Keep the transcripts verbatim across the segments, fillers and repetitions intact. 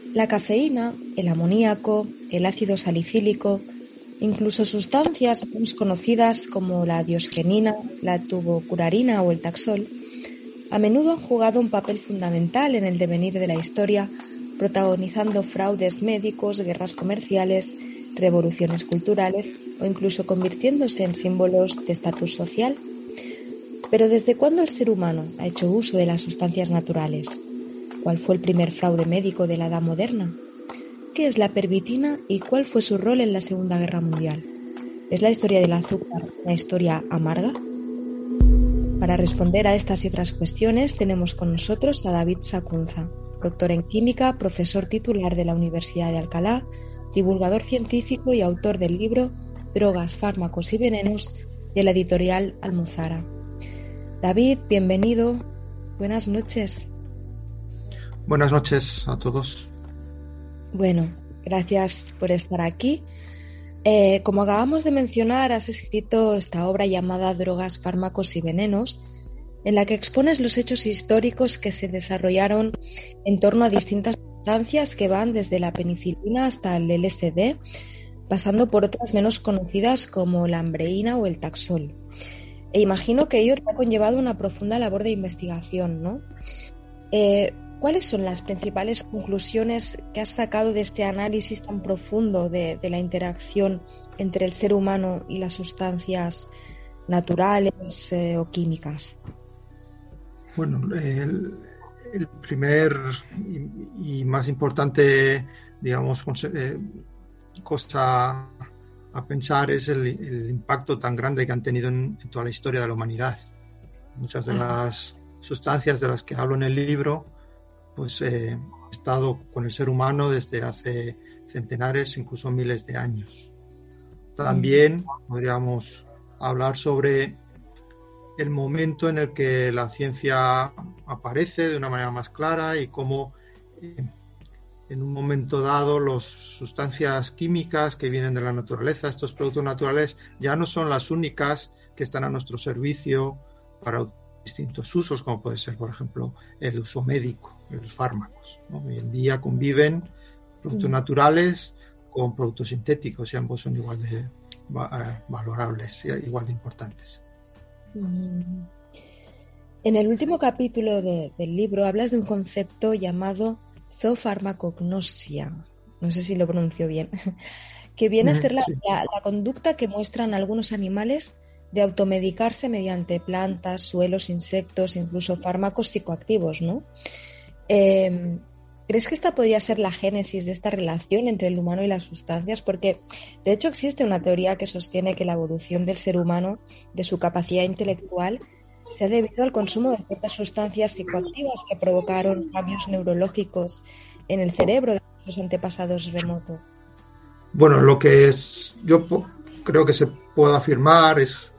La cafeína, el amoníaco, el ácido salicílico, incluso sustancias menos conocidas como la diosgenina, la tubocurarina o el taxol, a menudo han jugado un papel fundamental en el devenir de la historia, protagonizando fraudes médicos, guerras comerciales, revoluciones culturales o incluso convirtiéndose en símbolos de estatus social. Pero ¿desde cuándo el ser humano ha hecho uso de las sustancias naturales? ¿Cuál fue el primer fraude médico de la Edad Moderna? ¿Qué es la pervitina y cuál fue su rol en la Segunda Guerra Mundial? ¿Es la historia del azúcar una historia amarga? Para responder a estas y otras cuestiones tenemos con nosotros a David Sacunza, doctor en química, profesor titular de la Universidad de Alcalá, divulgador científico y autor del libro Drogas, fármacos y venenos de la editorial Almuzara. David, bienvenido. Buenas noches. Buenas noches a todos. Bueno, gracias por estar aquí. Eh, como acabamos de mencionar, has escrito esta obra llamada Drogas, fármacos y venenos, en la que expones los hechos históricos que se desarrollaron en torno a distintas sustancias que van desde la penicilina hasta el L S D, pasando por otras menos conocidas como la ambreína o el taxol. E imagino que ello te ha conllevado una profunda labor de investigación, ¿no? Eh, ¿Cuáles son las principales conclusiones que has sacado de este análisis tan profundo de, de la interacción entre el ser humano y las sustancias naturales eh, o químicas? Bueno, el, el primer y, y más importante, digamos, eh, cosa a pensar es el, el impacto tan grande que han tenido en, en toda la historia de la humanidad. Muchas de las sustancias de las que hablo en el libro pues eh, he estado con el ser humano desde hace centenares, incluso miles de años. También podríamos hablar sobre el momento en el que la ciencia aparece de una manera más clara y cómo eh, en un momento dado las sustancias químicas que vienen de la naturaleza, estos productos naturales, ya no son las únicas que están a nuestro servicio para distintos usos, como puede ser, por ejemplo, el uso médico, los fármacos, ¿no? Hoy en día conviven productos naturales con productos sintéticos y ambos son igual de uh, valorables, igual de importantes. En el último capítulo de, del libro hablas de un concepto llamado zoofarmacognosia, no sé si lo pronuncio bien, que viene a ser la, sí. la, la conducta que muestran algunos animales de automedicarse mediante plantas, suelos, insectos, incluso fármacos psicoactivos, ¿no? Eh, ¿Crees que esta podría ser la génesis de esta relación entre el humano y las sustancias? Porque, de hecho, existe una teoría que sostiene que la evolución del ser humano, de su capacidad intelectual, se ha debido al consumo de ciertas sustancias psicoactivas que provocaron cambios neurológicos en el cerebro de los antepasados remotos. Bueno, lo que es, yo creo que se puede afirmar es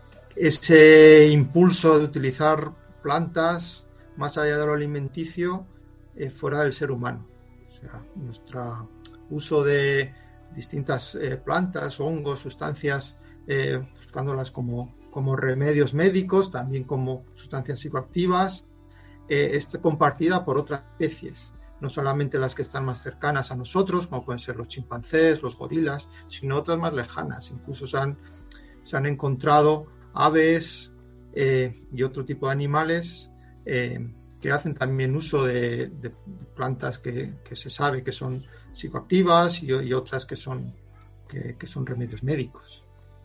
ese impulso de utilizar plantas más allá de lo alimenticio eh, fuera del ser humano. O sea, nuestro uso de distintas eh, plantas, hongos, sustancias, eh, buscándolas como, como remedios médicos, también como sustancias psicoactivas, eh, es compartida por otras especies. No solamente las que están más cercanas a nosotros, como pueden ser los chimpancés, los gorilas, sino otras más lejanas. Incluso se han, se han encontrado aves eh, y otro tipo de animales eh, que hacen también uso de, de plantas que, que se sabe que son psicoactivas y, y otras que son, que, que son remedios médicos.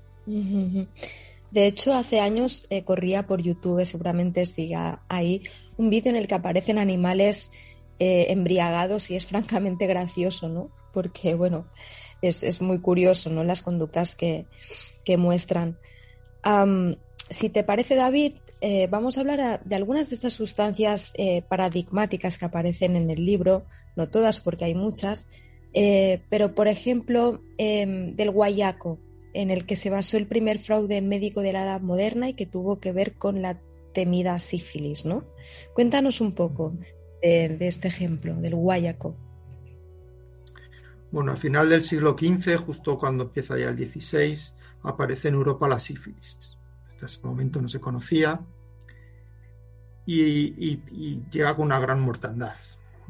De hecho, hace años eh, corría por YouTube, seguramente siga ahí, un vídeo en el que aparecen animales eh, embriagados y es francamente gracioso, ¿no? Porque, bueno, es, es muy curioso, ¿no? Las conductas que, que muestran. Um, si te parece, David, eh, vamos a hablar a, de algunas de estas sustancias eh, paradigmáticas que aparecen en el libro, no todas porque hay muchas, eh, pero por ejemplo eh, del guaiaco, en el que se basó el primer fraude médico de la Edad Moderna y que tuvo que ver con la temida sífilis, ¿no? Cuéntanos un poco de, de este ejemplo, del guaiaco. Bueno, al final del siglo quince, justo cuando empieza ya el dieciséis, aparece en Europa la sífilis. Hasta ese momento no se conocía y, y, y llega con una gran mortandad.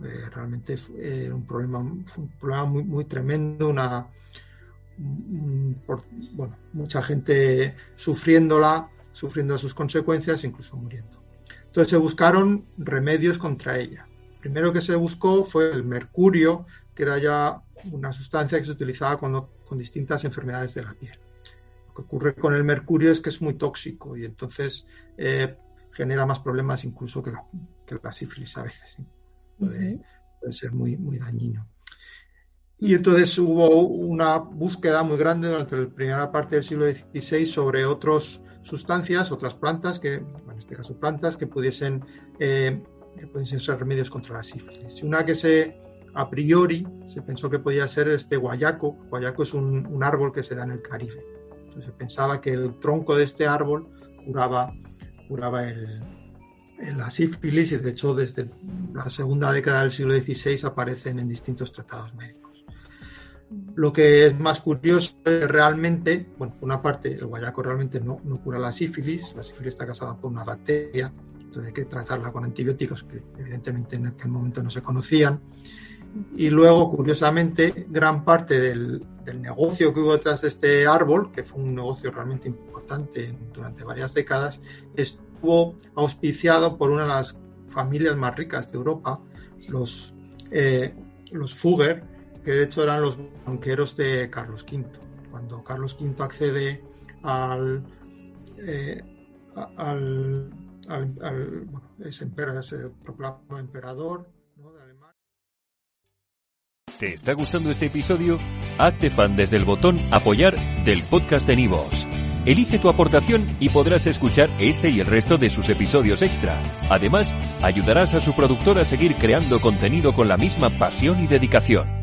Eh, realmente fue un problema, fue un problema muy, muy tremendo, una, un, por, bueno, mucha gente sufriéndola, sufriendo sus consecuencias, incluso muriendo. Entonces se buscaron remedios contra ella. Primero que se buscó fue el mercurio, que era ya una sustancia que se utilizaba cuando, con distintas enfermedades de la piel. Lo que ocurre con el mercurio es que es muy tóxico y entonces eh, genera más problemas incluso que la, que la sífilis a veces, ¿sí? Puede, puede ser muy, muy dañino. Y entonces hubo una búsqueda muy grande durante la primera parte del siglo dieciséis sobre otras sustancias, otras plantas, que, en este caso plantas, que pudiesen, eh, que pudiesen ser remedios contra la sífilis. Y una que se, a priori, se pensó que podía ser este guayaco. Guayaco es un, un árbol que se da en el Caribe. Entonces se pensaba que el tronco de este árbol curaba, curaba el la sífilis, y de hecho desde la segunda década del siglo dieciséis aparecen en distintos tratados médicos. Lo que es más curioso es que realmente, bueno, por una parte el guayaco realmente no, no cura la sífilis, la sífilis está causada por una bacteria, entonces hay que tratarla con antibióticos que evidentemente en aquel momento no se conocían. Y luego, curiosamente, gran parte del, del negocio que hubo detrás de este árbol, que fue un negocio realmente importante durante varias décadas, estuvo auspiciado por una de las familias más ricas de Europa, los, eh, los Fugger, que de hecho eran los banqueros de Carlos quinto. Cuando Carlos quinto accede al... Eh, al, al, al bueno, es emperador, se proclama emperador, ¿no?, de Alemania. ¿Te está gustando este episodio? Hazte fan desde el botón Apoyar del podcast de Nivos. Elige tu aportación y podrás escuchar este y el resto de sus episodios extra. Además, ayudarás a su productor a seguir creando contenido con la misma pasión y dedicación.